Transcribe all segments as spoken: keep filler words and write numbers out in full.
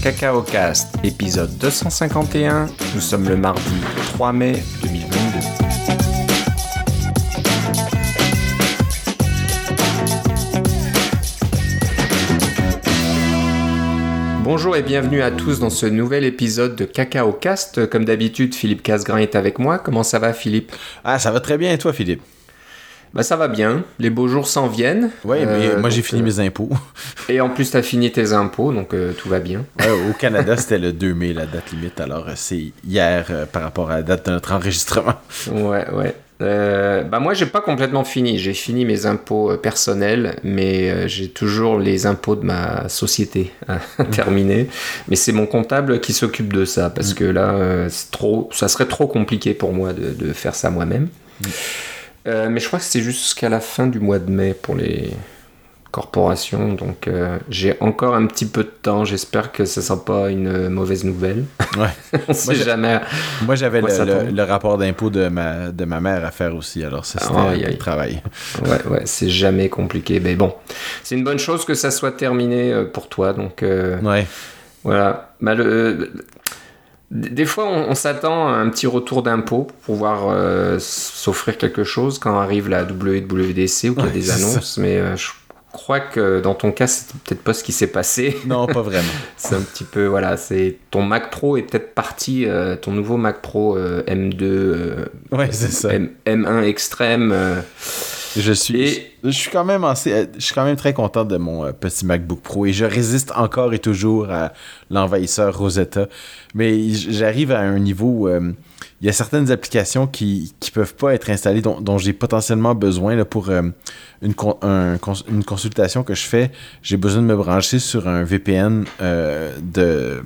CacaoCast, épisode deux cent cinquante et un. Nous sommes le mardi trois mai deux mille vingt-deux. Bonjour et bienvenue à tous dans ce nouvel épisode de CacaoCast. Comme d'habitude, Philippe Casgrain est avec moi. Comment ça va, Philippe ? Ah, ça va très bien et toi, Philippe ? Bah ça va bien, les beaux jours s'en viennent. Oui, mais euh, moi j'ai donc, fini euh, mes impôts. Et en plus t'as fini tes impôts, donc euh, tout va bien. Ouais, au Canada, c'était le deux mai la date limite, alors euh, c'est hier euh, par rapport à la date de notre enregistrement. Ouais, ouais. Euh, bah moi j'ai pas complètement fini, j'ai fini mes impôts euh, personnels, mais euh, j'ai toujours les impôts de ma société à terminer. Mais c'est mon comptable qui s'occupe de ça, parce que là, euh, c'est trop, ça serait trop compliqué pour moi de, de faire ça moi-même. Mm. Euh, mais je crois que c'est jusqu'à la fin du mois de mai pour les corporations, donc euh, j'ai encore un petit peu de temps. J'espère que ce ne sera pas une mauvaise nouvelle. Ouais. On sait jamais. Moi j'avais le, le, le rapport d'impôt de ma, de ma mère à faire aussi, alors ça c'était oh, un peu de travail. Ouais, ouais, c'est jamais compliqué. Mais bon, c'est une bonne chose que ça soit terminé pour toi. Donc, euh, ouais. Voilà. Bah, le, Des fois, on, on s'attend à un petit retour d'impôt pour pouvoir euh, s'offrir quelque chose quand arrive la W W D C ou qu'il y a ouais, des annonces. Ça. Mais euh, je crois que dans ton cas, c'est peut-être pas ce qui s'est passé. Non, pas vraiment. C'est un petit peu, voilà, c'est ton Mac Pro est peut-être parti, euh, ton nouveau Mac Pro euh, M deux, euh, ouais, c'est ça. M, M1 Extreme. Euh, Je suis, et... je, je suis quand même assez, je suis quand même très content de mon euh, petit MacBook Pro et je résiste encore et toujours à l'envahisseur Rosetta. Mais j'arrive à un niveau où euh, il y a certaines applications qui qui peuvent pas être installées, dont, dont j'ai potentiellement besoin là, pour euh, une, un, une consultation que je fais. J'ai besoin de me brancher sur un V P N euh, de,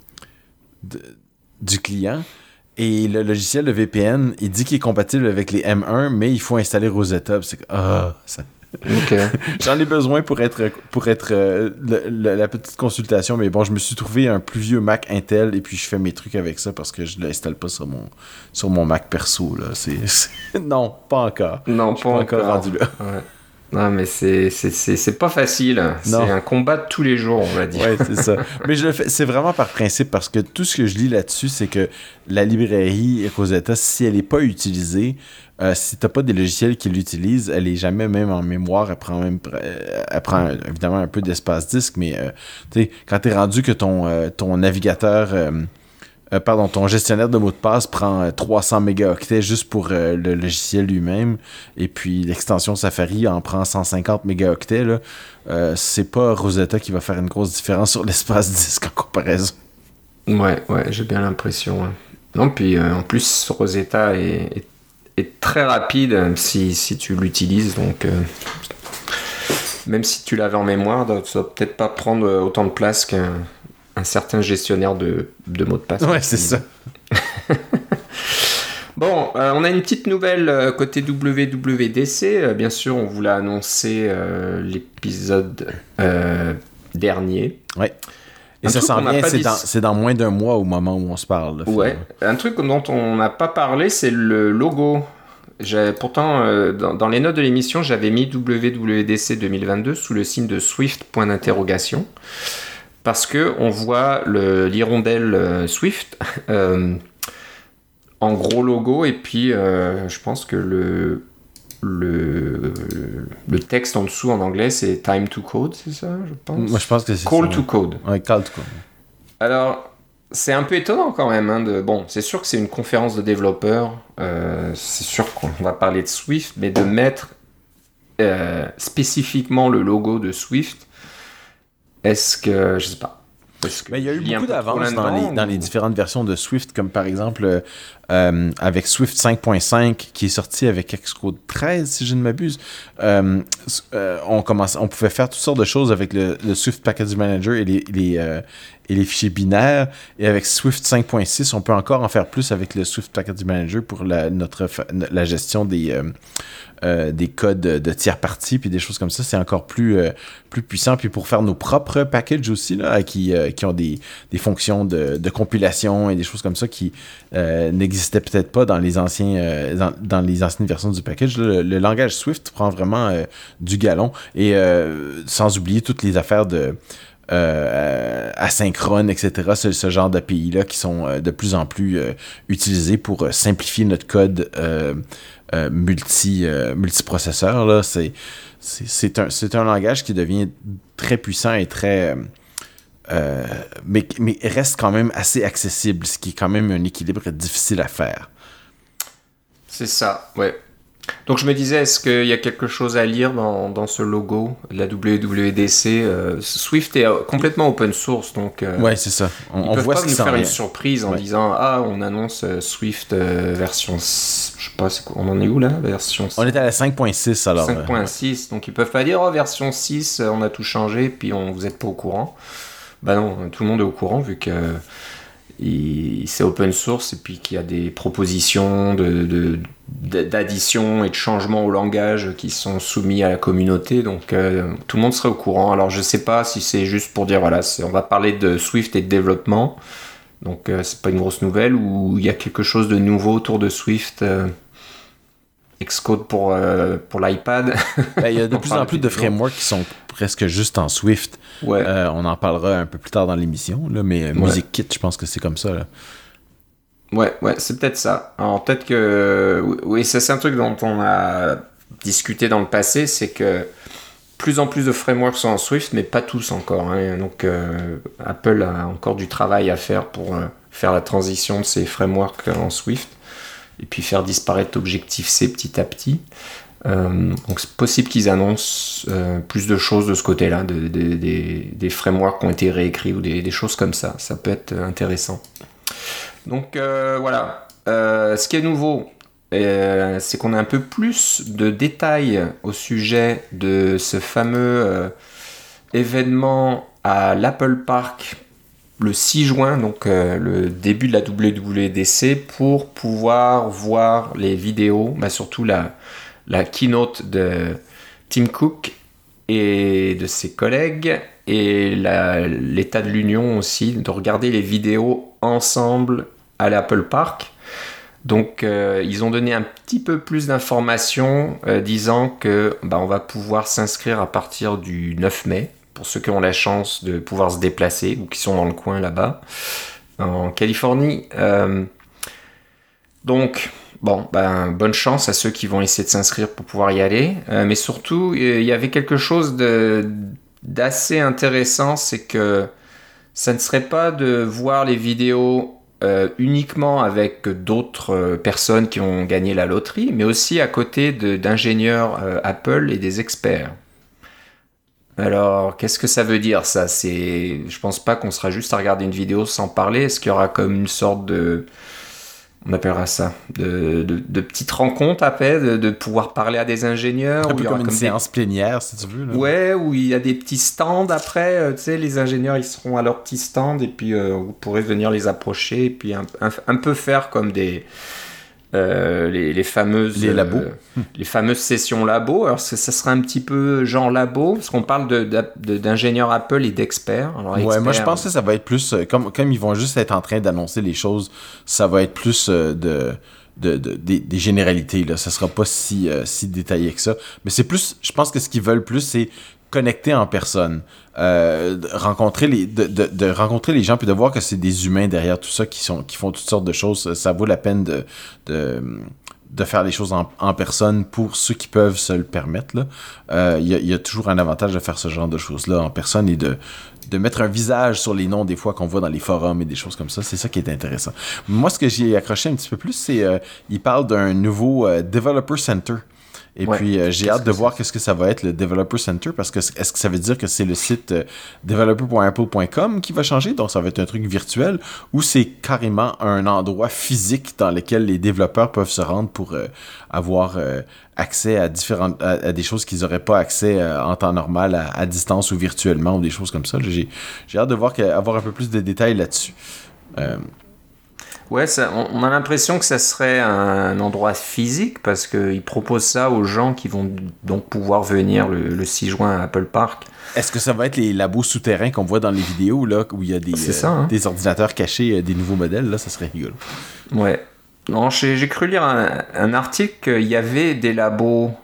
de du client. Et le logiciel de V P N, il dit qu'il est compatible avec les M un, mais il faut installer Rosetta. C'est que, ah, ça... Okay. J'en ai besoin pour être, pour être euh, le, le, la petite consultation, mais bon, je me suis trouvé un plus vieux Mac Intel et puis je fais mes trucs avec ça parce que je ne l'installe pas sur mon, sur mon Mac perso. Là. C'est, c'est... Non, pas encore. Non, je pas, pas encore. encore rendu là. Ouais. Non, mais c'est, c'est, c'est, c'est pas facile. Non. C'est un combat de tous les jours, on va dire. Oui, c'est ça. Mais je le fais, c'est vraiment par principe parce que tout ce que je lis là-dessus, c'est que la librairie Rosetta, si elle n'est pas utilisée, euh, si tu n'as pas des logiciels qui l'utilisent, elle n'est jamais même en mémoire. Elle prend, même, elle prend évidemment un peu d'espace disque, mais euh, tu sais, quand tu es rendu que ton, euh, ton navigateur... Euh, Euh, pardon, ton gestionnaire de mots de passe prend euh, trois cents mégaoctets juste pour euh, le logiciel lui-même, et puis l'extension Safari en prend cent cinquante mégaoctets, là. Euh, c'est pas Rosetta qui va faire une grosse différence sur l'espace disque en comparaison. Ouais, ouais, j'ai bien l'impression. Hein. Non, puis euh, en plus, Rosetta est, est, est très rapide si, si tu l'utilises, donc... Euh... Même si tu l'avais en mémoire, ça va peut-être pas prendre autant de place qu'un un certain gestionnaire de, de mots de passe. Ouais, c'est ça. Bon, euh, on a une petite nouvelle euh, côté W W D C. Euh, bien sûr, on vous l'a annoncé euh, l'épisode euh, dernier. Ouais. Et un ça s'en vient, c'est, dis... dans, c'est dans moins d'un mois au moment où on se parle. Là, ouais. Un truc dont on n'a pas parlé, c'est le logo. J'ai, pourtant, euh, dans, dans les notes de l'émission, j'avais mis W W D C deux mille vingt-deux sous le signe de Swift, point d'interrogation. Parce qu'on voit le, l'hirondelle euh, Swift euh, en gros logo, et puis euh, je pense que le, le, le texte en dessous en anglais c'est Time to Code, c'est ça, je pense. Moi je pense que c'est Call ça. to Code. Ouais, Call to Code. Alors, c'est un peu étonnant quand même. Hein, de, bon, c'est sûr que c'est une conférence de développeurs, euh, c'est sûr qu'on va parler de Swift, mais de mettre euh, spécifiquement le logo de Swift. Est-ce que... Je sais pas. Que mais il y a eu beaucoup d'avance dans les, ou... dans les différentes versions de Swift, comme par exemple euh, avec Swift cinq point cinq qui est sorti avec Xcode treize, si je ne m'abuse. Euh, euh, on, commence, on pouvait faire toutes sortes de choses avec le, le Swift Package Manager et les, les, euh, et les fichiers binaires. Et avec Swift cinq point six, on peut encore en faire plus avec le Swift Package Manager pour la, notre, la gestion des... Euh, Euh, des codes de tiers parties puis des choses comme ça, c'est encore plus, euh, plus puissant. Puis pour faire nos propres packages aussi, là, qui, euh, qui ont des, des fonctions de, de compilation et des choses comme ça qui euh, n'existaient peut-être pas dans les, anciens, euh, dans, dans les anciennes versions du package. Là, le, le langage Swift prend vraiment euh, du galon. Et euh, sans oublier toutes les affaires de... euh, asynchrone, et cetera. Ce, ce genre d'A P I-là qui sont euh, de plus en plus euh, utilisés pour euh, simplifier notre code euh, euh, multi, euh, multiprocesseur. Là. C'est, c'est, c'est, un, c'est un langage qui devient très puissant et très... Euh, mais, mais reste quand même assez accessible, ce qui est quand même un équilibre difficile à faire. C'est ça, ouais. Donc je me disais, est-ce qu'il y a quelque chose à lire dans, dans ce logo de la W W D C euh, Swift est complètement open source, donc euh, ouais, c'est ça. On, ils on peuvent voit pas ce nous faire rien. une surprise en ouais. disant ah on annonce euh, Swift euh, version, je sais pas, c'est quoi, on en est où là, version on est à la cinq point six alors. cinq point six, euh, donc ils peuvent pas dire oh version six, on a tout changé, puis on vous êtes pas au courant. Bah non, tout le monde est au courant vu que il, c'est open source et puis qu'il y a des propositions de, de, d'addition et de changement au langage qui sont soumis à la communauté, donc euh, tout le monde serait au courant. Alors je sais pas si c'est juste pour dire voilà, c'est, on va parler de Swift et de développement, donc euh, c'est pas une grosse nouvelle, ou il y a quelque chose de nouveau autour de Swift, euh, Xcode pour, euh, pour l'iPad. Ben, il y a de plus en plus de frameworks qui sont presque juste en Swift. Ouais. Euh, on en parlera un peu plus tard dans l'émission, là, mais ouais. Music Kit, je pense que c'est comme ça. Là. Ouais, ouais, c'est peut-être ça. Alors peut-être que... Oui, ça c'est un truc dont on a discuté dans le passé, c'est que plus en plus de frameworks sont en Swift, mais pas tous encore. Hein. Donc euh, Apple a encore du travail à faire pour euh, faire la transition de ces frameworks en Swift, et puis faire disparaître Objective-C petit à petit. Euh, donc c'est possible qu'ils annoncent euh, plus de choses de ce côté-là, de, de, de, des frameworks qui ont été réécrits ou des, des choses comme ça. Ça peut être intéressant. Donc euh, voilà. Euh, ce qui est nouveau, euh, c'est qu'on a un peu plus de détails au sujet de ce fameux euh, événement à l'Apple Park le six juin, donc euh, le début de la W W D C, pour pouvoir voir les vidéos, bah, surtout la la keynote de Tim Cook et de ses collègues, et la, l'état de l'union aussi, de regarder les vidéos ensemble à l'Apple Park. Donc euh, ils ont donné un petit peu plus d'informations euh, disant que bah, on va pouvoir s'inscrire à partir du neuf mai, pour ceux qui ont la chance de pouvoir se déplacer ou qui sont dans le coin là-bas, en Californie. Euh, donc... Bon, ben, bonne chance à ceux qui vont essayer de s'inscrire pour pouvoir y aller. Euh, mais surtout, il y avait quelque chose de, d'assez intéressant, c'est que ça ne serait pas de voir les vidéos euh, uniquement avec d'autres euh, personnes qui ont gagné la loterie, mais aussi à côté de, d'ingénieurs euh, Apple et des experts. Alors, qu'est-ce que ça veut dire ça ? C'est, je pense pas qu'on sera juste à regarder une vidéo sans parler. Est-ce qu'il y aura comme une sorte de... On appellera ça de, de, de petites rencontres après, de, de pouvoir parler à des ingénieurs. Un peu comme une comme séance des... plénière, si tu veux. Là. Ouais, où il y a des petits stands après. Euh, tu sais, les ingénieurs, ils seront à leur petit stand et puis euh, vous pourrez venir les approcher et puis un, un, un peu faire comme des... Euh, les, les fameuses les labos euh, les fameuses sessions labo. Alors ça, ça sera un petit peu genre labo parce qu'on parle de, de, de, d'ingénieurs Apple et d'experts. Alors, ouais, experts, moi je pense que ça va être plus comme, comme ils vont juste être en train d'annoncer les choses, ça va être plus euh, de, de, de, de des généralités là. Ça sera pas si, euh, si détaillé que ça, mais c'est plus, je pense que ce qu'ils veulent plus c'est connecter en personne, euh, de rencontrer les de, de, de rencontrer les gens puis de voir que c'est des humains derrière tout ça qui sont qui font toutes sortes de choses. Ça vaut la peine de de, de faire les choses en, en personne pour ceux qui peuvent se le permettre. Là, euh, il y a, il y a toujours un avantage de faire ce genre de choses là en personne et de de mettre un visage sur les noms des fois qu'on voit dans les forums et des choses comme ça. C'est ça qui est intéressant. Moi, ce que j'ai accroché un petit peu plus, c'est euh, il parle d'un nouveau euh, Developer Center. Et ouais, puis, euh, j'ai hâte de voir c'est? qu'est-ce que ça va être, le Developer Center, parce que est-ce que ça veut dire que c'est le site euh, developer point apple point com qui va changer, donc ça va être un truc virtuel, ou c'est carrément un endroit physique dans lequel les développeurs peuvent se rendre pour euh, avoir euh, accès à, différentes, à, à des choses qu'ils n'auraient pas accès euh, en temps normal, à, à distance ou virtuellement, ou des choses comme ça. J'ai, j'ai hâte de voir avoir un peu plus de détails là-dessus. Euh, Ouais, ça, on, on a l'impression que ça serait un endroit physique parce qu'ils proposent ça aux gens qui vont donc pouvoir venir le, le six juin à Apple Park. Est-ce que ça va être les labos souterrains qu'on voit dans les vidéos là, où il y a des, ça, hein? euh, des ordinateurs cachés, euh, des nouveaux modèles? Là, ça serait rigolo. Ouais. Non, j'ai, j'ai cru lire un, un article qu'il y avait des labos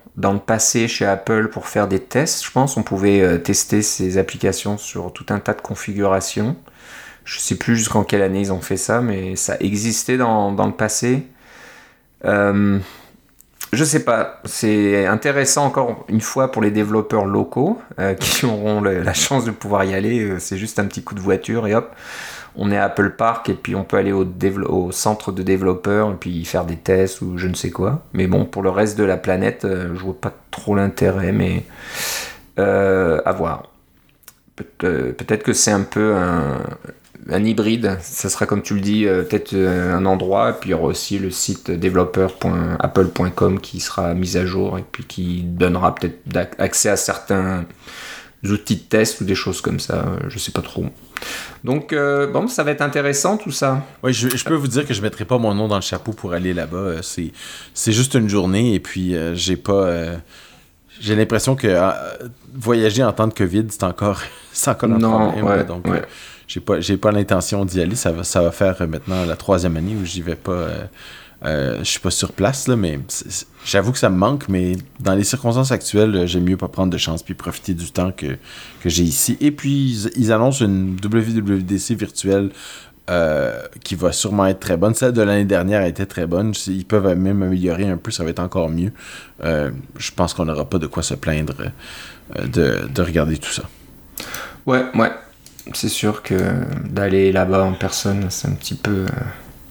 dans le passé chez Apple pour faire des tests, je pense. On pouvait euh, tester ces applications sur tout un tas de configurations. Je sais plus jusqu'en quelle année ils ont fait ça, mais ça existait dans, dans le passé. Euh, je sais pas, c'est intéressant encore une fois pour les développeurs locaux euh, qui auront le, la chance de pouvoir y aller. C'est juste un petit coup de voiture et hop, on est à Apple Park et puis on peut aller au, dévelop- au centre de développeurs et puis faire des tests ou je ne sais quoi. Mais bon, pour le reste de la planète, euh, je vois pas trop l'intérêt, mais euh, à voir. Pe- euh, peut-être que c'est un peu un, un hybride. Ça sera comme tu le dis, euh, peut-être euh, un endroit. Et puis il y aura aussi le site développeur point apple point com qui sera mis à jour et puis qui donnera peut-être d'ac- accès à certains outils de test ou des choses comme ça. Je sais pas trop. Donc, euh, bon, ça va être intéressant tout ça. Oui, je, je peux vous dire que je ne mettrai pas mon nom dans le chapeau pour aller là-bas. Euh, C'est, c'est juste une journée et puis euh, j'ai pas. Euh, j'ai l'impression que euh, voyager en temps de COVID, c'est encore, c'est encore un Non, problème. ouais, là, donc, ouais. euh, j'ai pas, j'ai pas l'intention d'y aller. Ça va, ça va faire euh, maintenant la troisième année où j'y vais pas. Euh, euh, je suis pas sur place, là, mais c'est, c'est, j'avoue que ça me manque, mais dans les circonstances actuelles, euh, j'aime mieux pas prendre de chance puis profiter du temps que, que j'ai ici. Et puis, ils, ils annoncent une W W D C virtuelle euh, qui va sûrement être très bonne. Celle de l'année dernière était très bonne. Ils peuvent même améliorer un peu, ça va être encore mieux. Euh, je pense qu'on n'aura pas de quoi se plaindre euh, de, de regarder tout ça. Ouais, ouais. C'est sûr que d'aller là-bas en personne, c'est un petit peu... Euh,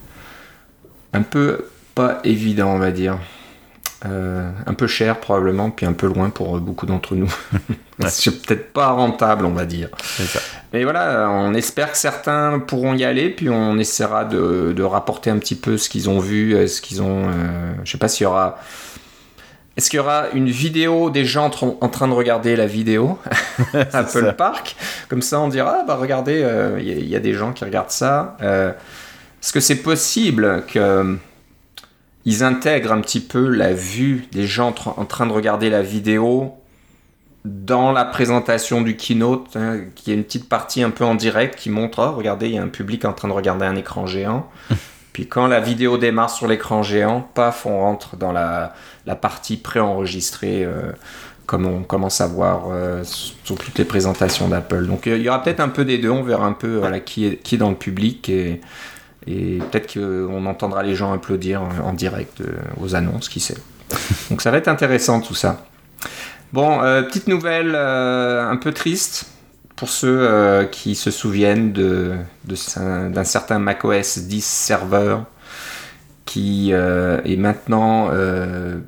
un peu pas évident, on va dire. Euh, un peu cher probablement, puis un peu loin pour beaucoup d'entre nous. Ouais. C'est peut-être pas rentable, on va dire. C'est ça. Mais voilà, on espère que certains pourront y aller, puis on essaiera de, de rapporter un petit peu ce qu'ils ont vu, ce qu'ils ont... Euh, je sais pas s'il y aura... Est-ce qu'il y aura une vidéo des gens en, en train de regarder la vidéo Apple ça. Park? Comme ça, on dira, ah, bah regardez, il euh, y, y a des gens qui regardent ça. Euh, est-ce que c'est possible que... ils intègrent un petit peu la vue des gens tra- en train de regarder la vidéo dans la présentation du keynote, hein, qui est une petite partie un peu en direct qui montre, oh, regardez, il y a un public en train de regarder un écran géant. Puis quand la vidéo démarre sur l'écran géant, paf, on rentre dans la, la partie préenregistrée, euh, comme on commence à voir euh, sur toutes les présentations d'Apple. Donc il y aura peut-être un peu des deux, on verra un peu voilà, qui, est, qui est dans le public et... Et peut-être qu'on entendra les gens applaudir en direct euh, aux annonces, qui sait. Donc ça va être intéressant tout ça. Bon, euh, petite nouvelle euh, un peu triste pour ceux euh, qui se souviennent de, de, d'un certain macOS dix serveur qui euh, est maintenant euh,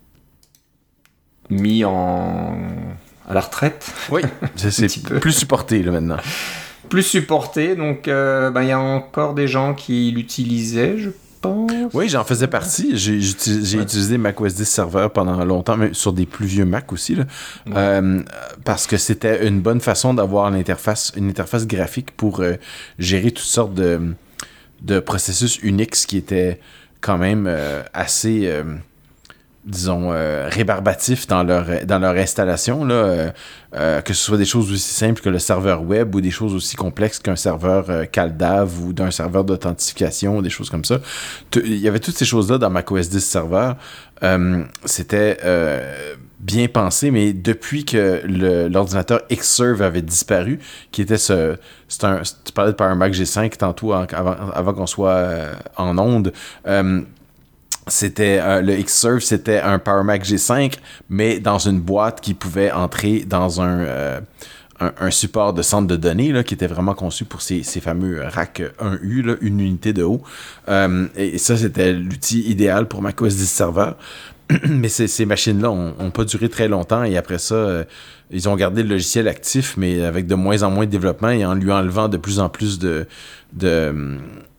mis en, à la retraite. Oui, c'est, c'est plus supporté là, maintenant. Plus supporté, donc euh, ben, y a encore des gens qui l'utilisaient, je pense. Oui, j'en faisais partie. J'ai, j'ai, j'ai ouais. utilisé macOS dix Server pendant longtemps, mais sur des plus vieux Mac aussi, là, ouais. euh, parce que c'était une bonne façon d'avoir une interface, une interface graphique pour euh, gérer toutes sortes de, de processus Unix qui étaient quand même euh, assez... Euh, disons, euh, rébarbatifs dans leur, dans leur installation, là, euh, euh, que ce soit des choses aussi simples que le serveur web ou des choses aussi complexes qu'un serveur euh, CalDAV ou d'un serveur d'authentification, des choses comme ça. Il y avait toutes ces choses-là dans macOS dix Server. Euh, c'était euh, bien pensé, mais depuis que le, l'ordinateur Xserve avait disparu, qui était ce... C'est un, tu parlais de Power Mac G cinq tantôt, en, avant, avant qu'on soit euh, en onde. Euh, C'était euh, le Xserve, c'était un Power Mac G cinq, mais dans une boîte qui pouvait entrer dans un, euh, un, un support de centre de données là, qui était vraiment conçu pour ces, ces fameux rack un U, là, une unité de haut. Euh, et ça, c'était l'outil idéal pour macOS dix Server. Mais ces, ces machines-là n'ont pas duré très longtemps et après ça, euh, ils ont gardé le logiciel actif, mais avec de moins en moins de développement et en lui enlevant de plus en plus de... de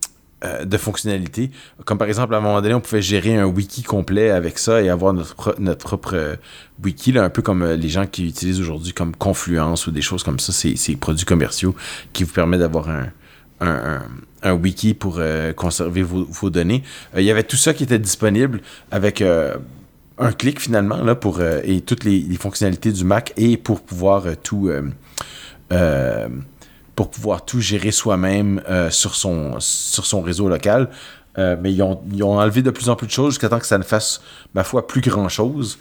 de fonctionnalités. Comme par exemple, à un moment donné, on pouvait gérer un wiki complet avec ça et avoir notre, pro- notre propre euh, wiki, là, un peu comme euh, les gens qui utilisent aujourd'hui comme Confluence ou des choses comme ça, ces, ces produits commerciaux qui vous permettent d'avoir un, un, un, un wiki pour euh, conserver vos, vos données. Euh, il y avait tout ça qui était disponible avec euh, un clic finalement là, pour, euh, et toutes les, les fonctionnalités du Mac et pour pouvoir euh, tout... Euh, euh, pour pouvoir tout gérer soi-même euh, sur, son, sur son réseau local. Euh, mais ils ont, ils ont enlevé de plus en plus de choses jusqu'à temps que ça ne fasse, ma foi, plus grand-chose.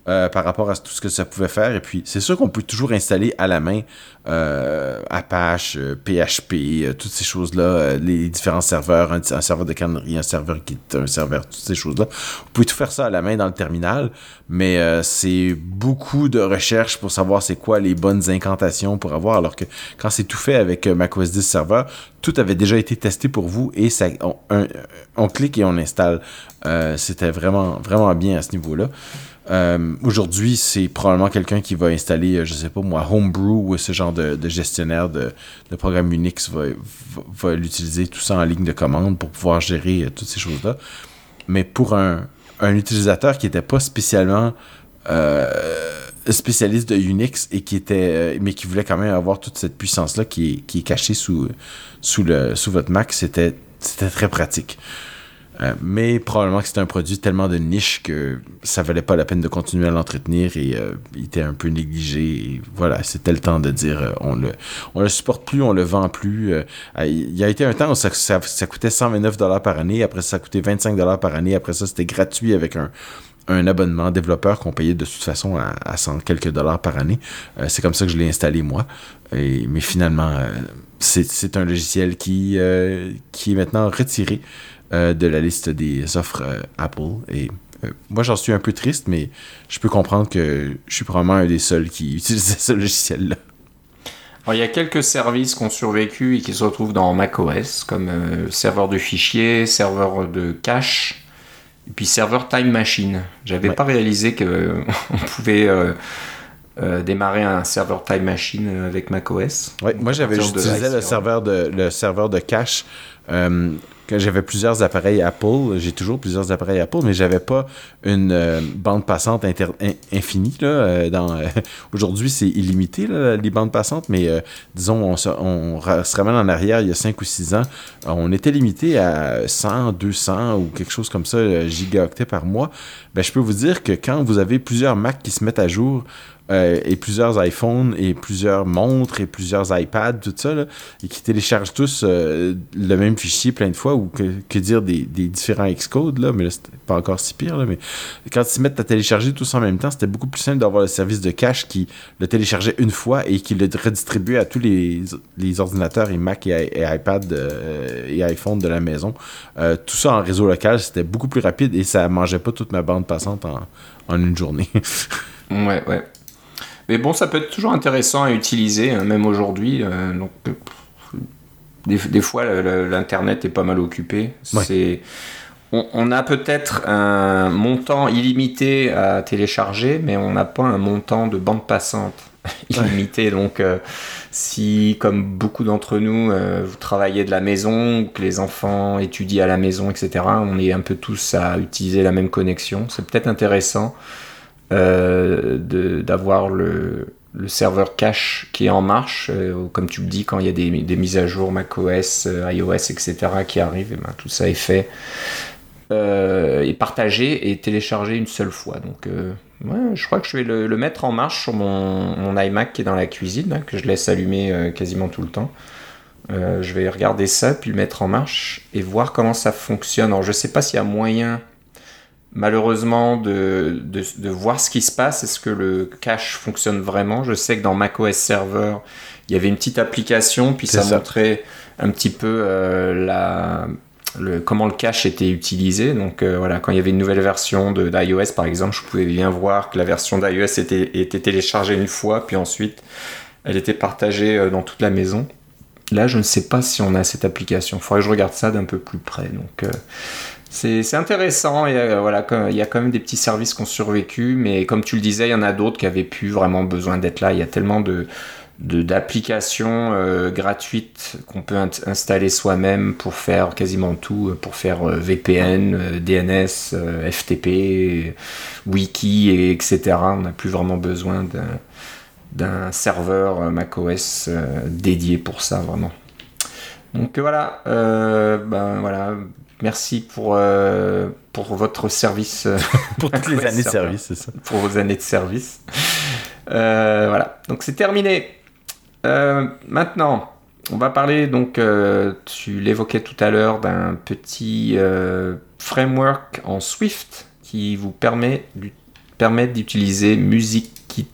euh, par rapport à tout ce que ça pouvait faire. Et puis, c'est sûr qu'on peut toujours installer à la main euh, Apache, euh, P H P, euh, toutes ces choses-là, euh, les différents serveurs, un, un serveur de cannerie, un serveur Git, un serveur, toutes ces choses-là. Vous pouvez tout faire ça à la main dans le terminal, mais euh, c'est beaucoup de recherche pour savoir c'est quoi les bonnes incantations pour avoir, alors que quand c'est tout fait avec euh, macOS dix Server, tout avait déjà été testé pour vous et ça, on, un, on clique et on installe. Euh, c'était vraiment, vraiment bien à ce niveau-là. Euh, aujourd'hui, c'est probablement quelqu'un qui va installer, je sais pas moi, Homebrew ou ce genre de, de gestionnaire de, de programme Unix va, va, va l'utiliser tout ça en ligne de commande pour pouvoir gérer euh, toutes ces choses-là. Mais pour un, un utilisateur qui n'était pas spécialement euh, spécialiste de Unix et qui était, euh, mais qui voulait quand même avoir toute cette puissance-là qui est, qui est cachée sous, sous, le, sous votre Mac, c'était, c'était très pratique. Euh, mais probablement que c'était un produit tellement de niche que ça valait pas la peine de continuer à l'entretenir et euh, il était un peu négligé. Et voilà, c'était le temps de dire euh, on le on le supporte plus, on le vend plus. Euh, il y a été un temps où ça, ça, ça coûtait cent vingt-neuf dollars par année, après ça, ça coûtait vingt-cinq dollars par année, après ça c'était gratuit avec un un abonnement développeur qu'on payait de toute façon à, à cent quelques dollars par année. Euh, c'est comme ça que je l'ai installé moi. Et, mais finalement, euh, c'est, c'est un logiciel qui, euh, qui est maintenant retiré Euh, de la liste des offres euh, Apple. Et euh, moi, j'en suis un peu triste, mais je peux comprendre que je suis probablement un des seuls qui utilisait ce logiciel-là. Alors, il y a quelques services qui ont survécu et qui se retrouvent dans macOS, comme euh, serveur de fichiers, serveur de cache, et puis serveur Time Machine. J'avais ouais. pas réalisé qu'on euh, pouvait euh, euh, démarrer un serveur Time Machine avec macOS. Ouais, moi, j'avais j'utilisais le serveur de le serveur de cache. Euh, Quand j'avais plusieurs appareils Apple, j'ai toujours plusieurs appareils Apple, mais j'avais pas une euh, bande passante inter- in- infinie. Là, euh, dans, euh, aujourd'hui, c'est illimité, là, les bandes passantes, mais euh, disons, on se, on se ramène en arrière, il y a cinq ou six ans, on était limité à cent, deux cents ou quelque chose comme ça, gigaoctets par mois. Ben, je peux vous dire que quand vous avez plusieurs Macs qui se mettent à jour, Euh, et plusieurs iPhones et plusieurs montres et plusieurs iPads, tout ça, là, et qui téléchargent tous euh, le même fichier plein de fois, ou que, que dire des, des différents Xcode, là, mais là, c'était pas encore si pire, là, mais quand ils se mettent à télécharger tous en même temps, c'était beaucoup plus simple d'avoir le service de cache qui le téléchargeait une fois et qui le redistribuait à tous les, les ordinateurs et Mac et, et iPad euh, et iPhone de la maison. Euh, tout ça en réseau local, c'était beaucoup plus rapide et ça mangeait pas toute ma bande passante en, en une journée. ouais, ouais. Mais bon, ça peut être toujours intéressant à utiliser, hein, même aujourd'hui. Euh, donc, euh, des, des fois, le, le, l'Internet est pas mal occupé. Ouais. C'est, on, on a peut-être un montant illimité à télécharger, mais on n'a pas un montant de bande passante illimité. Ouais. Donc, euh, si, comme beaucoup d'entre nous, euh, vous travaillez de la maison, ou que les enfants étudient à la maison, et cetera, on est un peu tous à utiliser la même connexion. C'est peut-être intéressant. Euh, de, d'avoir le, le serveur cache qui est en marche, euh, comme tu le dis, quand il y a des, des mises à jour macOS, euh, iOS, et cetera qui arrivent, et ben, tout ça est fait euh, et partagé et téléchargé une seule fois. Donc, euh, ouais, je crois que je vais le, le mettre en marche sur mon, mon iMac qui est dans la cuisine, hein, que je laisse allumer euh, quasiment tout le temps. Euh, je vais regarder ça, puis le mettre en marche et voir comment ça fonctionne. Alors, je sais pas s'il y a moyen, malheureusement, de, de, de voir ce qui se passe. Est-ce que le cache fonctionne vraiment? Je sais que dans macOS Server, il y avait une petite application, puis ça, ça montrait un petit peu euh, la, le, comment le cache était utilisé. Donc euh, voilà, quand il y avait une nouvelle version de, d'iOS, par exemple, je pouvais bien voir que la version d'iOS était, était téléchargée une fois, puis ensuite, elle était partagée euh, dans toute la maison. Là, je ne sais pas si on a cette application. Il faudrait que je regarde ça d'un peu plus près. Donc... Euh, C'est, c'est intéressant, et euh, voilà, il y a quand même des petits services qui ont survécu, mais comme tu le disais, il y en a d'autres qui n'avaient plus vraiment besoin d'être là. Il y a tellement de, de, d'applications euh, gratuites qu'on peut in- installer soi-même pour faire quasiment tout, pour faire euh, V P N, euh, D N S, euh, F T P, Wiki, et, etc. On n'a plus vraiment besoin d'un, d'un serveur euh, macOS euh, dédié pour ça, vraiment. Donc voilà, euh, ben voilà. Merci pour, euh, pour votre service. Euh, pour toutes les années de service, c'est ça. Pour vos années de service. Euh, voilà, donc c'est terminé. Euh, maintenant, on va parler, donc, euh, tu l'évoquais tout à l'heure, d'un petit euh, framework en Swift qui vous permet permettent d'utiliser MusicKit.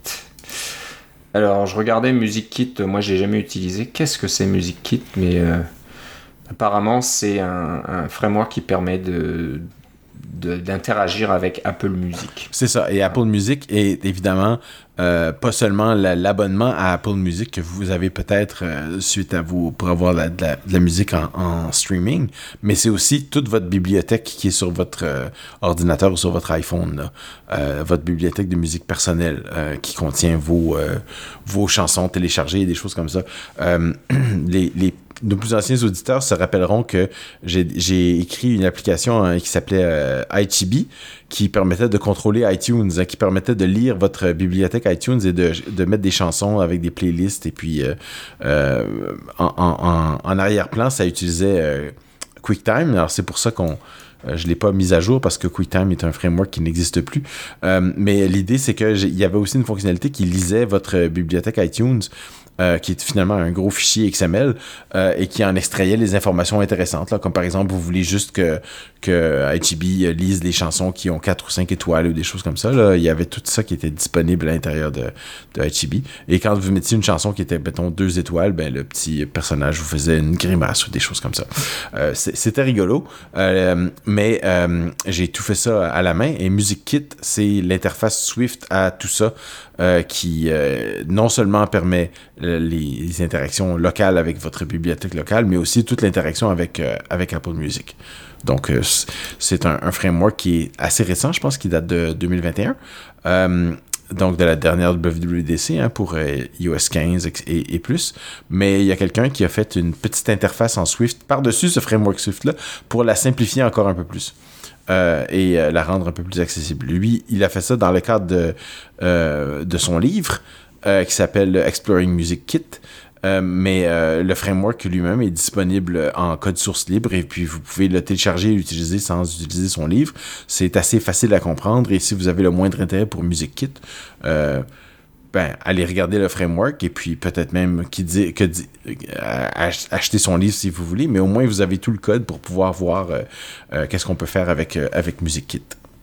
Alors, je regardais MusicKit, moi j'ai jamais utilisé. Qu'est-ce que c'est MusicKit? Mais euh, apparemment, c'est un, un framework qui permet de, de, d'interagir avec Apple Music. C'est ça. Et Apple Music est évidemment euh, pas seulement la, l'abonnement à Apple Music que vous avez peut-être euh, suite à vous pour avoir la, de, la, de la musique en, en streaming, mais c'est aussi toute votre bibliothèque qui est sur votre euh, ordinateur ou sur votre iPhone, là. Euh, votre bibliothèque de musique personnelle euh, qui contient vos, euh, vos chansons téléchargées et des choses comme ça. Euh, les, les nos plus anciens auditeurs se rappelleront que j'ai, j'ai écrit une application hein, qui s'appelait euh, iTunes, qui permettait de contrôler iTunes, hein, qui permettait de lire votre bibliothèque iTunes et de, de mettre des chansons avec des playlists. Et puis, euh, euh, en, en, en arrière-plan, ça utilisait euh, QuickTime. Alors, c'est pour ça qu'on Euh, je ne l'ai pas mis à jour parce que QuickTime est un framework qui n'existe plus. Euh, mais l'idée, c'est qu'il y avait aussi une fonctionnalité qui lisait votre bibliothèque iTunes, euh, qui est finalement un gros fichier X M L, euh, et qui en extrayait les informations intéressantes. Là, comme par exemple, vous voulez juste que, que I G B lise les chansons qui ont quatre ou cinq étoiles ou des choses comme ça. Là. Il y avait tout ça qui était disponible à l'intérieur de, de I G B. Et quand vous mettiez une chanson qui était, mettons, deux étoiles, ben, le petit personnage vous faisait une grimace ou des choses comme ça. Euh, c'était rigolo. Euh, Mais euh, j'ai tout fait ça à la main et MusicKit, c'est l'interface Swift à tout ça euh, qui euh, non seulement permet les, les interactions locales avec votre bibliothèque locale, mais aussi toute l'interaction avec, euh, avec Apple Music. Donc, euh, c'est un, un framework qui est assez récent, je pense qu'il date de deux mille vingt et un. Euh, donc de la dernière W W D C hein, pour euh, i O S quinze et, et plus. Mais il y a quelqu'un qui a fait une petite interface en Swift par-dessus ce framework Swift-là pour la simplifier encore un peu plus euh, et euh, la rendre un peu plus accessible. Lui, il a fait ça dans le cadre de, euh, de son livre euh, qui s'appelle Exploring Music Kit. Euh, mais euh, le framework lui-même est disponible en code source libre et puis vous pouvez le télécharger et l'utiliser sans utiliser son livre. C'est assez facile à comprendre et si vous avez le moindre intérêt pour MusicKit, euh, ben, allez regarder le framework et puis peut-être même qui dit, que dit, euh, acheter son livre si vous voulez, mais au moins vous avez tout le code pour pouvoir voir euh, euh, qu'est-ce qu'on peut faire avec, euh, avec MusicKit.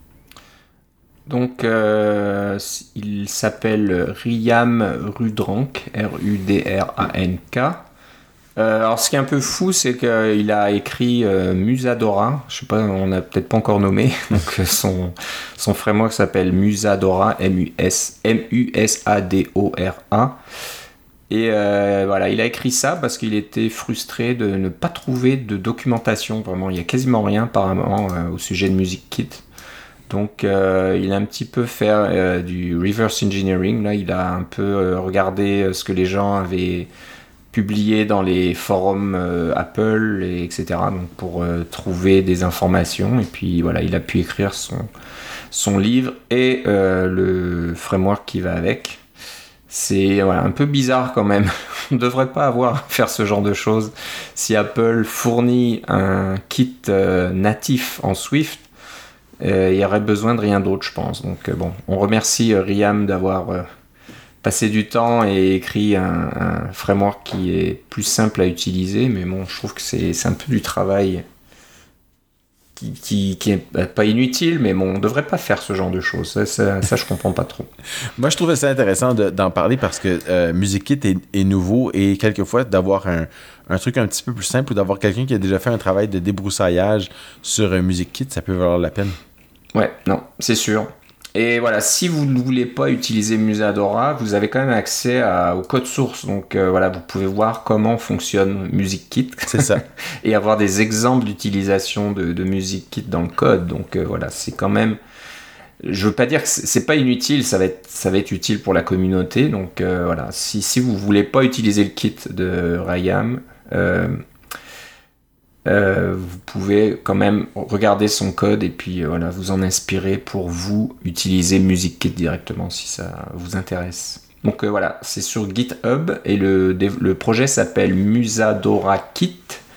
Donc, euh, il s'appelle Riam Rudrank, R U D R A N K. Euh, alors, ce qui est un peu fou, c'est qu'il a écrit euh, Musadora. Je sais pas, on n'a peut-être pas encore nommé. Donc, son, son framework s'appelle Musadora, M U S, M U S A D O R A. Et euh, voilà, il a écrit ça parce qu'il était frustré de ne pas trouver de documentation. Vraiment, il n'y a quasiment rien apparemment euh, au sujet de MusicKit. Donc, euh, il a un petit peu fait euh, du reverse engineering. Là, il a un peu euh, regardé euh, ce que les gens avaient publié dans les forums euh, Apple, et etc. Donc, pour euh, trouver des informations. Et puis, voilà, il a pu écrire son, son livre et euh, le framework qui va avec. C'est voilà, un peu bizarre quand même. On ne devrait pas avoir à faire ce genre de choses. Si Apple fournit un kit euh, natif en Swift, Euh, il y aurait besoin de rien d'autre, je pense. Donc euh, bon, on remercie euh, Riam d'avoir euh, passé du temps et écrit un, un framework qui est plus simple à utiliser, mais bon, je trouve que c'est, c'est un peu du travail qui, qui, qui est pas inutile, mais bon, on devrait pas faire ce genre de choses. Ça, ça, ça je comprends pas trop. Moi, je trouvais ça intéressant de, d'en parler parce que euh, MusicKit est, est nouveau et quelquefois d'avoir un, un truc un petit peu plus simple ou d'avoir quelqu'un qui a déjà fait un travail de débroussaillage sur un MusicKit, ça peut valoir la peine. Ouais, non, c'est sûr. Et voilà, si vous ne voulez pas utiliser Musadora, vous avez quand même accès à, au code source. Donc euh, voilà, vous pouvez voir comment fonctionne MusicKit. C'est ça. Et avoir des exemples d'utilisation de, de MusicKit dans le code. Donc euh, voilà, c'est quand même... Je veux pas dire que c'est, c'est pas inutile, ça va être, ça va être utile pour la communauté. Donc euh, voilà, si, si vous voulez pas utiliser le kit de Riam... Euh, Euh, vous pouvez quand même regarder son code et puis euh, voilà, vous en inspirer pour vous utiliser MusicKit directement si ça vous intéresse. Donc euh, voilà, c'est sur GitHub et le, le projet s'appelle Musadora Kit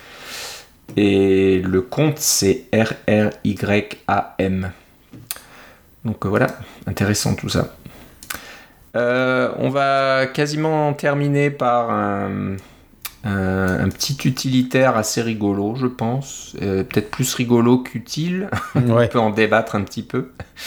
et le compte c'est R R Y A M. Donc euh, voilà, intéressant tout ça. Euh, on va quasiment terminer par un... Euh, un petit utilitaire assez rigolo, je pense. Euh, peut-être plus rigolo qu'utile. Ouais. On peut en débattre un petit peu.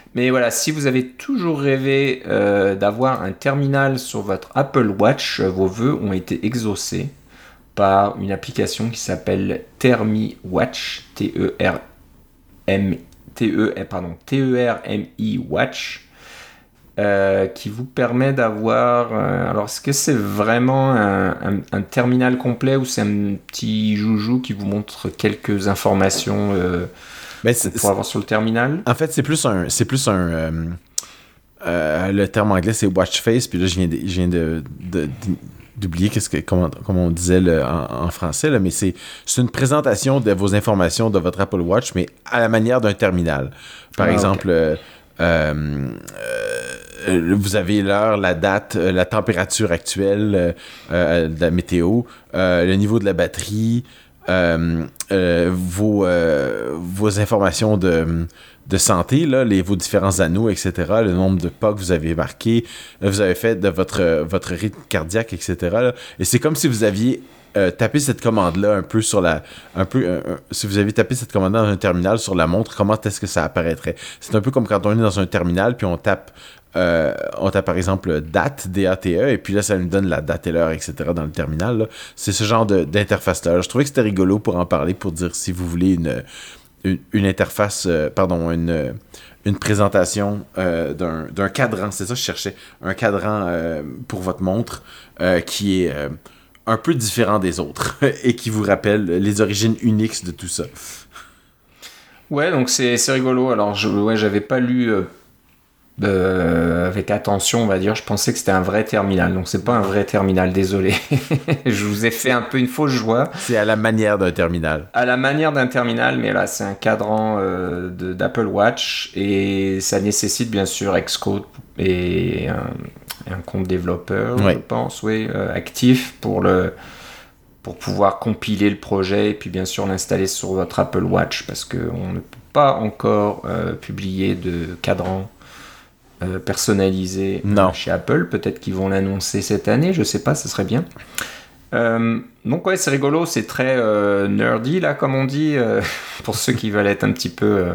Mais voilà, si vous avez toujours rêvé euh, d'avoir un terminal sur votre Apple Watch, vos vœux ont été exaucés par une application qui s'appelle ThermiWatch, T E R M T E pardon T E R M I Watch. Euh, qui vous permet d'avoir... Euh, alors, est-ce que c'est vraiment un, un, un terminal complet ou c'est un petit joujou qui vous montre quelques informations euh, ben, pour avoir sur le terminal? En fait, c'est plus un... C'est plus un euh, euh, le terme anglais, c'est watch face, puis là, je viens de, je viens de, de, de d'oublier qu'est-ce que, comment, comment on disait le, en, en français, là, mais c'est, c'est une présentation de vos informations de votre Apple Watch, mais à la manière d'un terminal. Par ah, exemple... Okay. Euh, euh, Euh, vous avez l'heure, la date, euh, la température actuelle, euh, euh, de la météo, euh, le niveau de la batterie, euh, euh, vos, euh, vos informations de, de santé, là, les, vos différents anneaux, et cetera, le nombre de pas que vous avez marqué, vous avez fait de votre, votre rythme cardiaque, et cetera. Là. Et c'est comme si vous aviez euh, tapé cette commande-là un peu sur la... un peu euh, si vous aviez tapé cette commande-là dans un terminal sur la montre, comment est-ce que ça apparaîtrait? C'est un peu comme quand on est dans un terminal, puis on tape Euh, on tape par exemple date, D A T E, et puis là ça nous donne la date et l'heure, et cetera dans le terminal. Là. C'est ce genre de, d'interface-là. Je trouvais que c'était rigolo pour en parler, pour dire si vous voulez une, une, une interface, euh, pardon, une, une présentation euh, d'un, d'un cadran, c'est ça que je cherchais, un cadran euh, pour votre montre euh, qui est euh, un peu différent des autres et qui vous rappelle les origines Unix de tout ça. Ouais, donc c'est, c'est rigolo. Alors, je, ouais, j'avais pas lu... Euh... Euh, avec attention, on va dire, je pensais que c'était un vrai terminal, donc c'est pas un vrai terminal, désolé. Je vous ai fait un peu une fausse joie. C'est à la manière d'un terminal. À la manière d'un terminal, mais là c'est un cadran euh, de, d'Apple Watch et ça nécessite bien sûr Xcode et un, un compte développeur, oui. je pense, oui, euh, actif pour le pour pouvoir compiler le projet et puis bien sûr l'installer sur votre Apple Watch parce qu'on ne peut pas encore euh, publier de cadran Euh, personnalisé euh, chez Apple. Peut-être qu'ils vont l'annoncer cette année, je sais pas, ça serait bien. Euh, donc ouais, c'est rigolo, c'est très euh, nerdy là, comme on dit, euh, pour ceux qui veulent être un petit peu euh,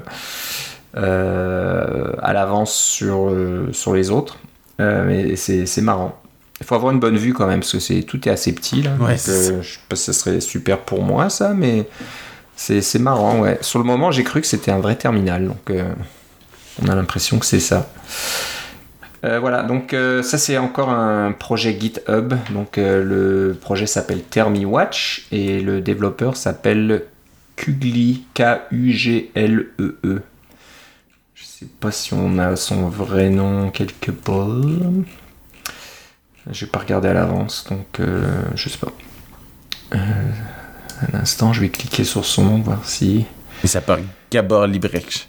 euh, à l'avance sur, euh, sur les autres. Euh, mais c'est, c'est marrant. Il faut avoir une bonne vue quand même, parce que c'est, tout est assez petit là. Ouais, donc, euh, je sais pas si ça serait super pour moi ça, mais c'est, c'est marrant, ouais. Sur le moment, j'ai cru que c'était un vrai terminal, donc... Euh, on a l'impression que c'est ça. Euh, voilà, donc euh, ça c'est encore un projet GitHub. Donc euh, le projet s'appelle ThermiWatch et le développeur s'appelle Kugli, K U G L E E. Je sais pas si on a son vrai nom quelque part. J'ai pas regardé à l'avance, donc euh, je sais pas. Euh, un instant, je vais cliquer sur son nom, voir si... Il s'appelle Gabor Librech.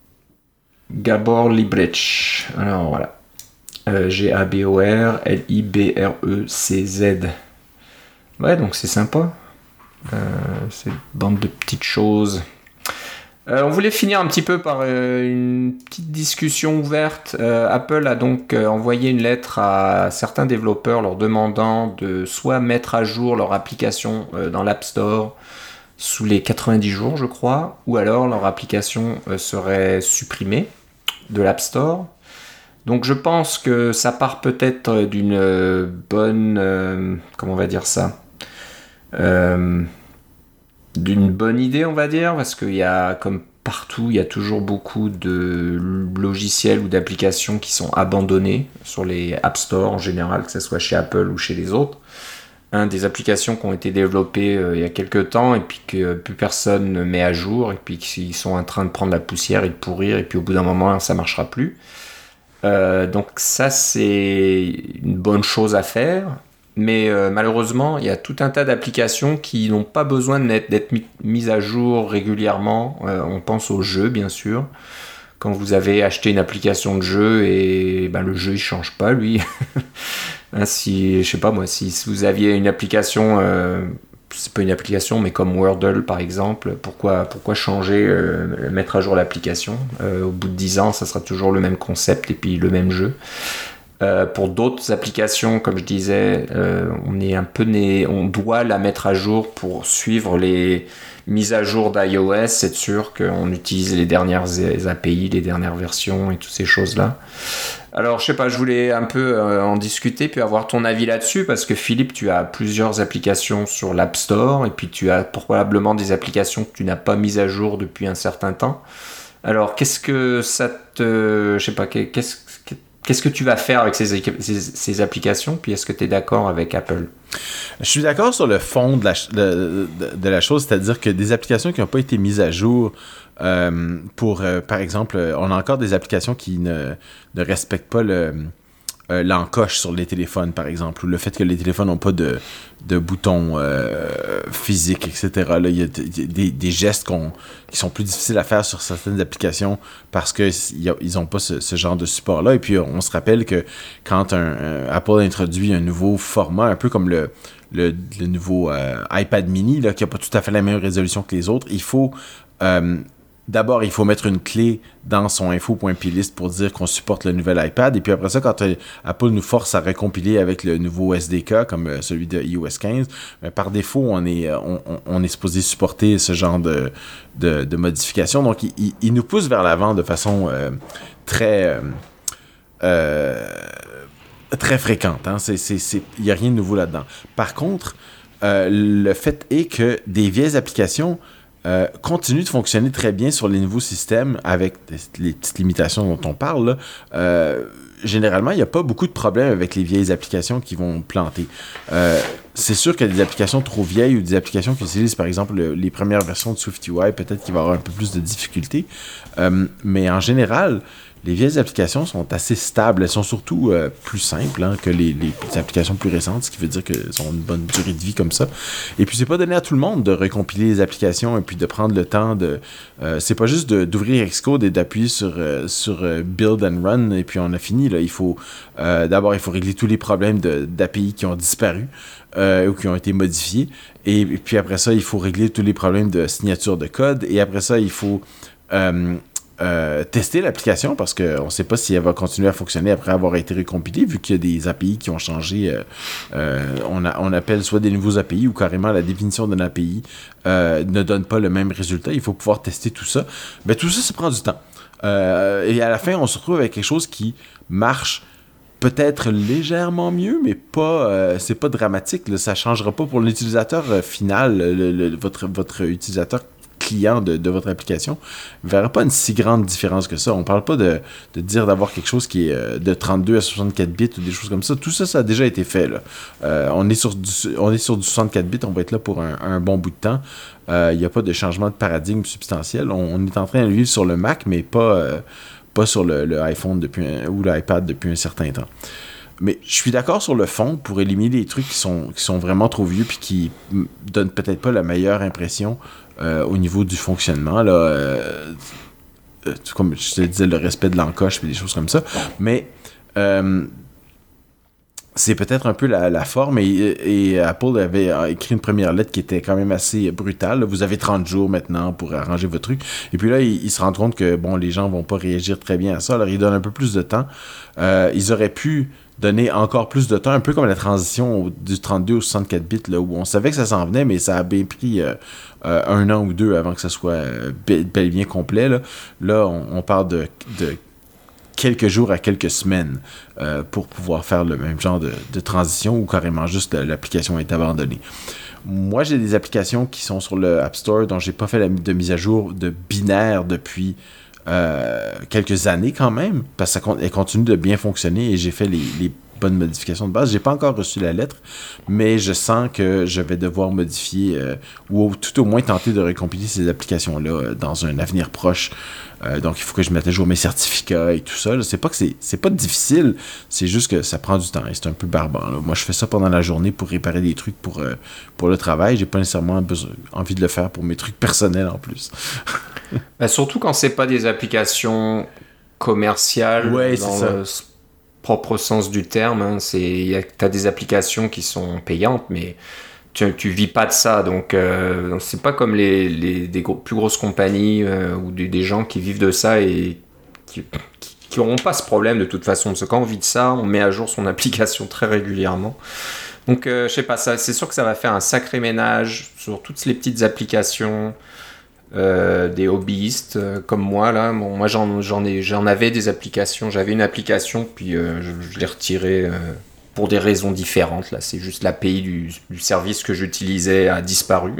Gabor Librech. Alors voilà. Euh, G A B O R L I B R E C Z. Ouais, donc c'est sympa. Euh, c'est une bande de petites choses. Euh, on voulait finir un petit peu par euh, une petite discussion ouverte. Euh, Apple a donc euh, envoyé une lettre à certains développeurs leur demandant de soit mettre à jour leur application euh, dans l'App Store sous les quatre-vingt-dix jours, je crois, ou alors leur application euh, serait supprimée de l'App Store. Donc je pense que ça part peut-être d'une euh, bonne... Euh, comment on va dire ça euh, d'une bonne idée, on va dire, parce qu'il y a, comme partout, il y a toujours beaucoup de logiciels ou d'applications qui sont abandonnés sur les App Store en général, que ce soit chez Apple ou chez les autres. Un des applications qui ont été développées euh, il y a quelques temps et puis que plus personne ne met à jour et puis qu'ils sont en train de prendre la poussière et de pourrir et puis au bout d'un moment ça marchera plus. Euh, donc ça c'est une bonne chose à faire, mais euh, malheureusement il y a tout un tas d'applications qui n'ont pas besoin d'être, d'être mis, mises à jour régulièrement. Euh, on pense aux jeux bien sûr. Quand vous avez acheté une application de jeu et ben, le jeu il change pas lui. Hein, si je sais pas moi, si, si vous aviez une application, euh, c'est pas une application mais comme Wordle par exemple, pourquoi pourquoi changer, euh, mettre à jour l'application euh, au bout de dix ans, ça sera toujours le même concept et puis le même jeu. Euh, pour d'autres applications, comme je disais, euh, on est un peu né, on doit la mettre à jour pour suivre les mises à jour d'iOS, être sûr qu'on utilise les dernières A P I, les dernières versions et toutes ces choses-là. Alors, je sais pas, je voulais un peu euh, en discuter puis avoir ton avis là-dessus parce que Philippe, tu as plusieurs applications sur l'App Store et puis tu as probablement des applications que tu n'as pas mises à jour depuis un certain temps. Alors, qu'est-ce que ça te, je sais pas, qu'est-ce Qu'est-ce que tu vas faire avec ces, ces, ces applications? Puis est-ce que tu es d'accord avec Apple? Je suis d'accord sur le fond de la, de, de, de la chose, c'est-à-dire que des applications qui n'ont pas été mises à jour, euh, pour, euh, par exemple, on a encore des applications qui ne, ne respectent pas le, euh, l'encoche sur les téléphones, par exemple, ou le fait que les téléphones n'ont pas de, de boutons euh, physiques, et cetera. Là, il y a des, des gestes qu'on, qui sont plus difficiles à faire sur certaines applications parce qu'ils n'ont pas ce, ce genre de support-là. Et puis, on se rappelle que quand un, un Apple introduit un nouveau format, un peu comme le, le, le nouveau euh, iPad mini, là, qui n'a pas tout à fait la même résolution que les autres, il faut... Euh, D'abord, il faut mettre une clé dans son info.plist pour dire qu'on supporte le nouvel iPad. Et puis après ça, quand euh, Apple nous force à recompiler avec le nouveau S D K, comme euh, celui de i O S quinze, ben, par défaut, on est, on, on est supposé supporter ce genre de, de, de modifications. Donc, il, il, il nous pousse vers l'avant de façon euh, très... Euh, euh, très fréquente. Hein? C'est, c'est, c'est, il n'y a rien de nouveau là-dedans. Par contre, euh, le fait est que des vieilles applications Euh, continue de fonctionner très bien sur les nouveaux systèmes avec les petites limitations dont on parle. Là. Euh, généralement, il n'y a pas beaucoup de problèmes avec les vieilles applications qui vont planter. Euh, c'est sûr qu'il y a des applications trop vieilles ou des applications qui utilisent, par exemple, le, les premières versions de SwiftUI, peut-être qu'il va y avoir un peu plus de difficultés. Euh, mais en général, les vieilles applications sont assez stables. Elles sont surtout euh, plus simples hein, que les, les applications plus récentes, ce qui veut dire qu'elles ont une bonne durée de vie comme ça. Et puis, c'est pas donné à tout le monde de recompiler les applications et puis de prendre le temps de... Euh, c'est pas juste de, d'ouvrir Xcode et d'appuyer sur, euh, sur euh, Build and Run et puis on a fini. Là. Il faut, euh, d'abord, il faut régler tous les problèmes de, d'A P I qui ont disparu euh, ou qui ont été modifiés. Et, et puis après ça, il faut régler tous les problèmes de signature de code. Et après ça, il faut... Euh, Euh, tester l'application parce qu'on ne sait pas si elle va continuer à fonctionner après avoir été recompilée vu qu'il y a des A P I qui ont changé. Euh, euh, on, a, on appelle soit des nouveaux A P I ou carrément la définition d'un A P I euh, ne donne pas le même résultat. Il faut pouvoir tester tout ça. Mais tout ça, ça prend du temps. Euh, et à la fin, on se retrouve avec quelque chose qui marche peut-être légèrement mieux, mais pas, euh, c'est pas dramatique. Là. Ça ne changera pas pour l'utilisateur euh, final, le, le, votre, votre utilisateur client de, de votre application, ne verra pas une si grande différence que ça. On ne parle pas de, de dire d'avoir quelque chose qui est euh, de trente-deux à soixante-quatre bits ou des choses comme ça. Tout ça, ça a déjà été fait. Là. Euh, on, est sur du, on est sur du soixante-quatre bits, on va être là pour un, un bon bout de temps. Il euh, n'y a pas de changement de paradigme substantiel. On, on est en train de le vivre sur le Mac, mais pas, euh, pas sur le, le iPhone depuis un, ou l'iPad depuis un certain temps. Mais je suis d'accord sur le fond pour éliminer les trucs qui sont, qui sont vraiment trop vieux puis qui m- donnent peut-être pas la meilleure impression euh, au niveau du fonctionnement. Là, euh, euh, comme je te disais, le respect de l'encoche et des choses comme ça. Mais euh, c'est peut-être un peu la, la forme et, et Apple avait écrit une première lettre qui était quand même assez brutale. Vous avez trente jours maintenant pour arranger votre truc. Et puis là, ils, ils se rendent compte que bon, les gens vont pas réagir très bien à ça. Alors, ils donnent un peu plus de temps. Euh, ils auraient pu donner encore plus de temps, un peu comme la transition au, du trente-deux au soixante-quatre bits, là, où on savait que ça s'en venait, mais ça a bien pris euh, euh, un an ou deux avant que ça soit euh, bel et bien complet. Là, là on, on parle de, de quelques jours à quelques semaines euh, pour pouvoir faire le même genre de, de transition ou carrément juste l'application est abandonnée. Moi, j'ai des applications qui sont sur le App Store dont j'ai pas fait la, de mise à jour de binaire depuis Euh, quelques années quand même, parce qu'elle continue de bien fonctionner et j'ai fait les, les bonnes modifications de base. J'ai pas encore reçu la lettre, mais je sens que je vais devoir modifier euh, ou tout au moins tenter de recompiler ces applications-là euh, dans un avenir proche. Euh, donc, il faut que je mette à jour mes certificats et tout ça. Là. C'est pas que c'est, c'est pas difficile, c'est juste que ça prend du temps et c'est un peu barbare. Là. Moi, je fais ça pendant la journée pour réparer des trucs pour, euh, pour le travail. J'ai pas nécessairement besoin, envie de le faire pour mes trucs personnels en plus. Bah, surtout quand c'est pas des applications commerciales ouais, dans c'est ça. le propre sens du terme. Hein. C'est, t'as des applications qui sont payantes, mais tu, tu vis pas de ça. Donc, euh, c'est pas comme les, les des gros, plus grosses compagnies euh, ou des, des gens qui vivent de ça et qui, qui, qui n'auront pas ce problème de toute façon, parce que quand on vit de ça, on met à jour son application très régulièrement. Donc, euh, je sais pas, ça, c'est sûr que ça va faire un sacré ménage sur toutes les petites applications euh, des hobbyistes euh, comme moi. Là. Bon, moi, j'en, j'en, ai, j'en avais des applications. J'avais une application, puis euh, je, je l'ai retirée euh, pour des raisons différentes. Là, c'est juste l'A P I du, du service que j'utilisais a disparu.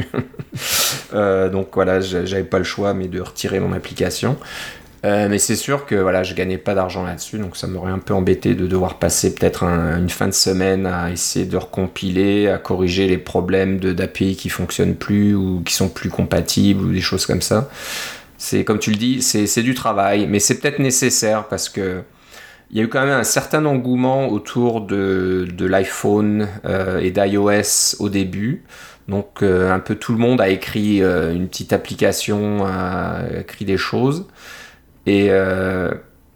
euh, donc, voilà, j'avais pas le choix, mais de retirer mon application. Euh, mais c'est sûr que voilà, je gagnais pas d'argent là-dessus, donc ça m'aurait un peu embêté de devoir passer peut-être un, une fin de semaine à essayer de recompiler, à corriger les problèmes de, d'A P I qui fonctionnent plus ou qui sont plus compatibles ou des choses comme ça. C'est comme tu le dis, c'est, c'est du travail, mais c'est peut-être nécessaire parce que il y a eu quand même un certain engouement autour de, de l'iPhone euh, et d'iOS au début. Donc euh, un peu tout le monde a écrit euh, une petite application, a écrit des choses. Et euh,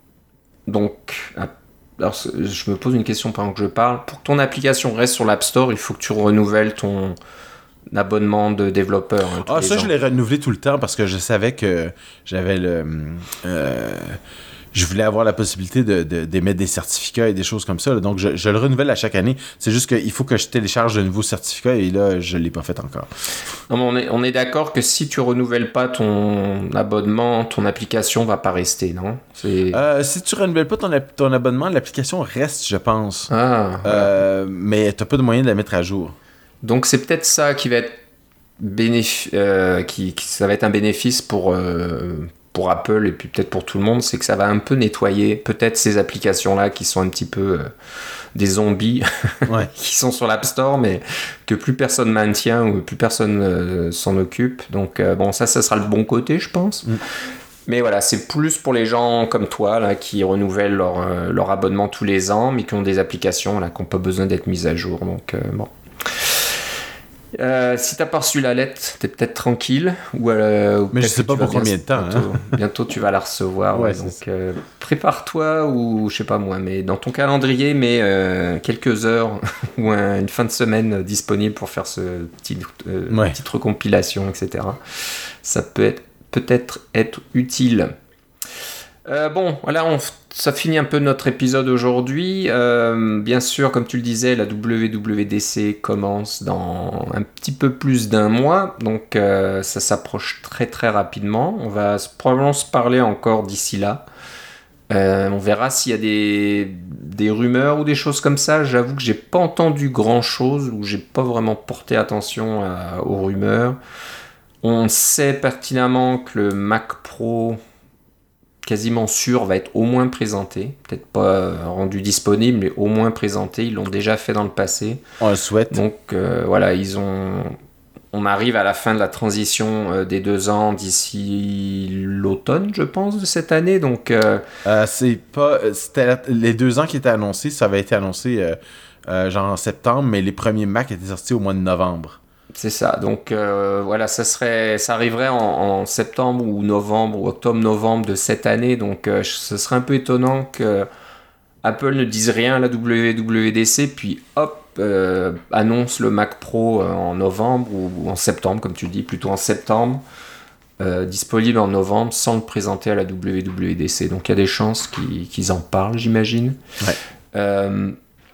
donc, alors, je me pose une question pendant que je parle. Pour que ton application reste sur l'App Store, il faut que tu renouvelles ton abonnement de développeur. Hein, ah, ça, ans. Je l'ai renouvelé tout le temps parce que je savais que j'avais le... Euh, je voulais avoir la possibilité de, de, d'émettre des certificats et des choses comme ça. Là. Donc, je, je le renouvelle à chaque année. C'est juste qu'il faut que je télécharge de nouveaux certificats et là, je ne l'ai pas fait encore. Non, mais on est, on est d'accord que si tu ne renouvelles pas ton abonnement, ton application ne va pas rester, non? C'est... Euh, si tu ne renouvelles pas ton, ton abonnement, l'application reste, je pense. Ah, euh, voilà. Mais tu n'as pas de moyen de la mettre à jour. Donc, c'est peut-être ça qui va être, bénéf... euh, qui, qui, ça va être un bénéfice pour... Euh... pour Apple et puis peut-être pour tout le monde, c'est que ça va un peu nettoyer peut-être ces applications-là qui sont un petit peu euh, des zombies ouais. qui sont sur l'App Store, mais que plus personne maintient ou plus personne euh, s'en occupe. Donc euh, bon, ça, ça sera le bon côté, je pense. Mm. Mais voilà, c'est plus pour les gens comme toi là, qui renouvellent leur, euh, leur abonnement tous les ans, mais qui ont des applications là, qui n'ont pas besoin d'être mises à jour. Donc euh, bon... Euh, si t'as pas reçu la lettre, t'es peut-être tranquille. Ou, euh, ou mais je sais pas pour combien de temps. Bientôt, hein. bientôt tu vas la recevoir. Ouais, ouais, donc euh, prépare-toi ou je sais pas moi, mais dans ton calendrier, mets euh, quelques heures ou un, une fin de semaine disponible pour faire ce petit euh, ouais. petite recompilation, et cetera. Ça peut être peut-être être utile. Euh, bon, voilà, on, ça finit un peu notre épisode aujourd'hui. Euh, bien sûr, comme tu le disais, la W W D C commence dans un petit peu plus d'un mois, donc euh, ça s'approche très très rapidement. On va probablement se parler encore d'ici là. Euh, on verra s'il y a des, des rumeurs ou des choses comme ça. J'avoue que j'ai pas entendu grand chose ou j'ai pas vraiment porté attention à, aux rumeurs. On sait pertinemment que le Mac Pro, quasiment sûr, va être au moins présenté. Peut-être pas rendu disponible, mais au moins présenté. Ils l'ont déjà fait dans le passé. On le souhaite. Donc euh, voilà, ils ont... on arrive à la fin de la transition euh, des deux ans d'ici l'automne, je pense, de cette année. Donc euh... Euh, c'est pas... C'était les deux ans qui étaient annoncés. Ça avait été annoncé euh, euh, genre en septembre, mais les premiers Mac étaient sortis au mois de novembre. C'est ça, donc euh, voilà, ça, serait, ça arriverait en, en septembre ou novembre ou octobre-novembre de cette année, donc euh, ce serait un peu étonnant que Apple ne dise rien à la W W D C, puis hop, euh, annonce le Mac Pro en novembre ou en septembre, comme tu le dis, plutôt en septembre, euh, disponible en novembre, sans le présenter à la W W D C. Donc il y a des chances qu'ils, qu'ils en parlent, j'imagine. Ouais. Euh,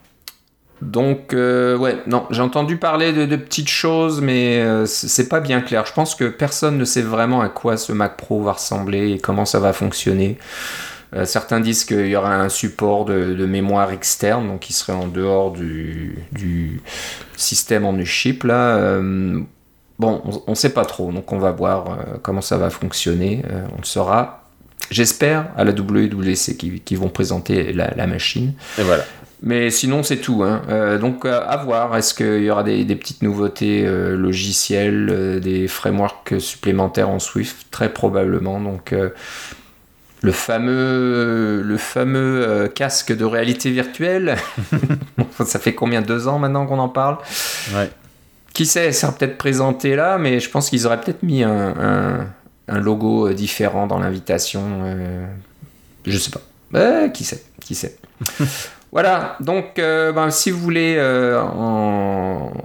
Donc, euh, ouais, non, j'ai entendu parler de, de petites choses, mais euh, c'est pas bien clair. Je pense que personne ne sait vraiment à quoi ce Mac Pro va ressembler et comment ça va fonctionner. Euh, certains disent qu'il y aura un support de, de mémoire externe, donc qui serait en dehors du, du système en chip, là. Euh, bon, on ne sait pas trop, donc on va voir euh, comment ça va fonctionner. Euh, on le saura, j'espère, à la W W D C qui, qui vont présenter la, la machine. Et voilà. Mais sinon, c'est tout. Hein. Euh, donc, euh, à voir. Est-ce qu'il y aura des, des petites nouveautés euh, logicielles, euh, des frameworks supplémentaires en Swift? Très probablement. Donc, euh, le fameux, le fameux euh, casque de réalité virtuelle. Ça fait combien? Deux ans maintenant qu'on en parle? Ouais. Qui sait? Ça sera peut-être présenté là, mais je pense qu'ils auraient peut-être mis un, un, un logo différent dans l'invitation. Euh, je sais pas. Euh, qui sait? Qui sait? Voilà, donc euh, ben, si vous voulez euh, en,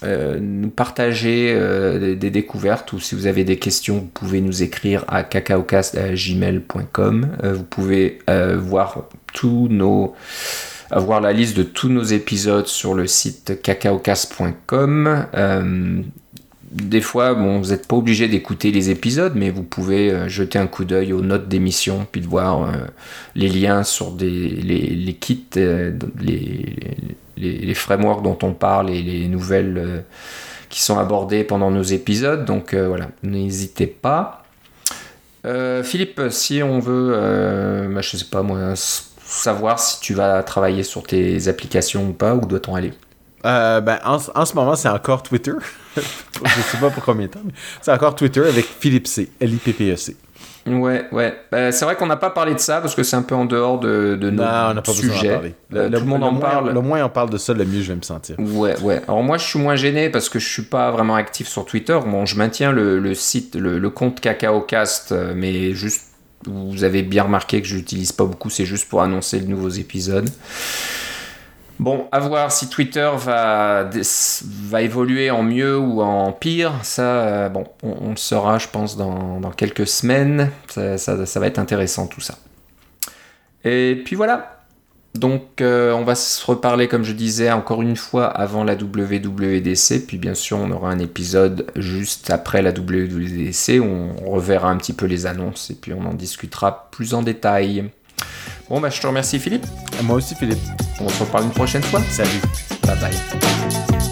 euh, nous partager euh, des, des découvertes, ou si vous avez des questions, vous pouvez nous écrire à cacaocast arobase gmail point com. Euh, vous pouvez euh, voir tous nos avoir la liste de tous nos épisodes sur le site cacaocast point com. Euh, des fois, bon, vous n'êtes pas obligé d'écouter les épisodes, mais vous pouvez euh, jeter un coup d'œil aux notes d'émission, puis de voir euh, les liens sur des, les, les kits, euh, les, les, les frameworks dont on parle et les nouvelles euh, qui sont abordées pendant nos épisodes. Donc euh, voilà, n'hésitez pas. Euh, Philippe, si on veut, euh, bah, je sais pas moi, savoir si tu vas travailler sur tes applications ou pas, où doit-on aller? Euh, ben, en, en ce moment, c'est encore Twitter. Je sais pas pour combien de temps, mais c'est encore Twitter avec Philippe C, L I P P E C. Ouais, ouais. Euh, c'est vrai qu'on n'a pas parlé de ça parce que c'est un peu en dehors de, de nos non, on n'a pas sujets. besoin d'en parler. Le, le, tout le monde le en moins, parle. Le moins on parle de ça, le mieux je vais me sentir. Ouais, ouais. Alors moi, je suis moins gêné parce que je suis pas vraiment actif sur Twitter. Bon, je maintiens le, le site, le, le compte CacaoCast, mais juste, vous avez bien remarqué que je l'utilise pas beaucoup. C'est juste pour annoncer de nouveaux épisodes. Bon, à voir si Twitter va, va évoluer en mieux ou en pire. Ça, euh, bon, on, on le saura, je pense, dans, dans quelques semaines. Ça, ça, ça va être intéressant, tout ça. Et puis voilà. Donc, euh, on va se reparler, comme je disais, encore une fois avant la W W D C. Puis, bien sûr, on aura un épisode juste après la W W D C où on reverra un petit peu les annonces et puis on en discutera plus en détail. Bon, bah, je te remercie, Philippe. Moi aussi, Philippe. On se reparle une prochaine fois. Salut. Bye bye.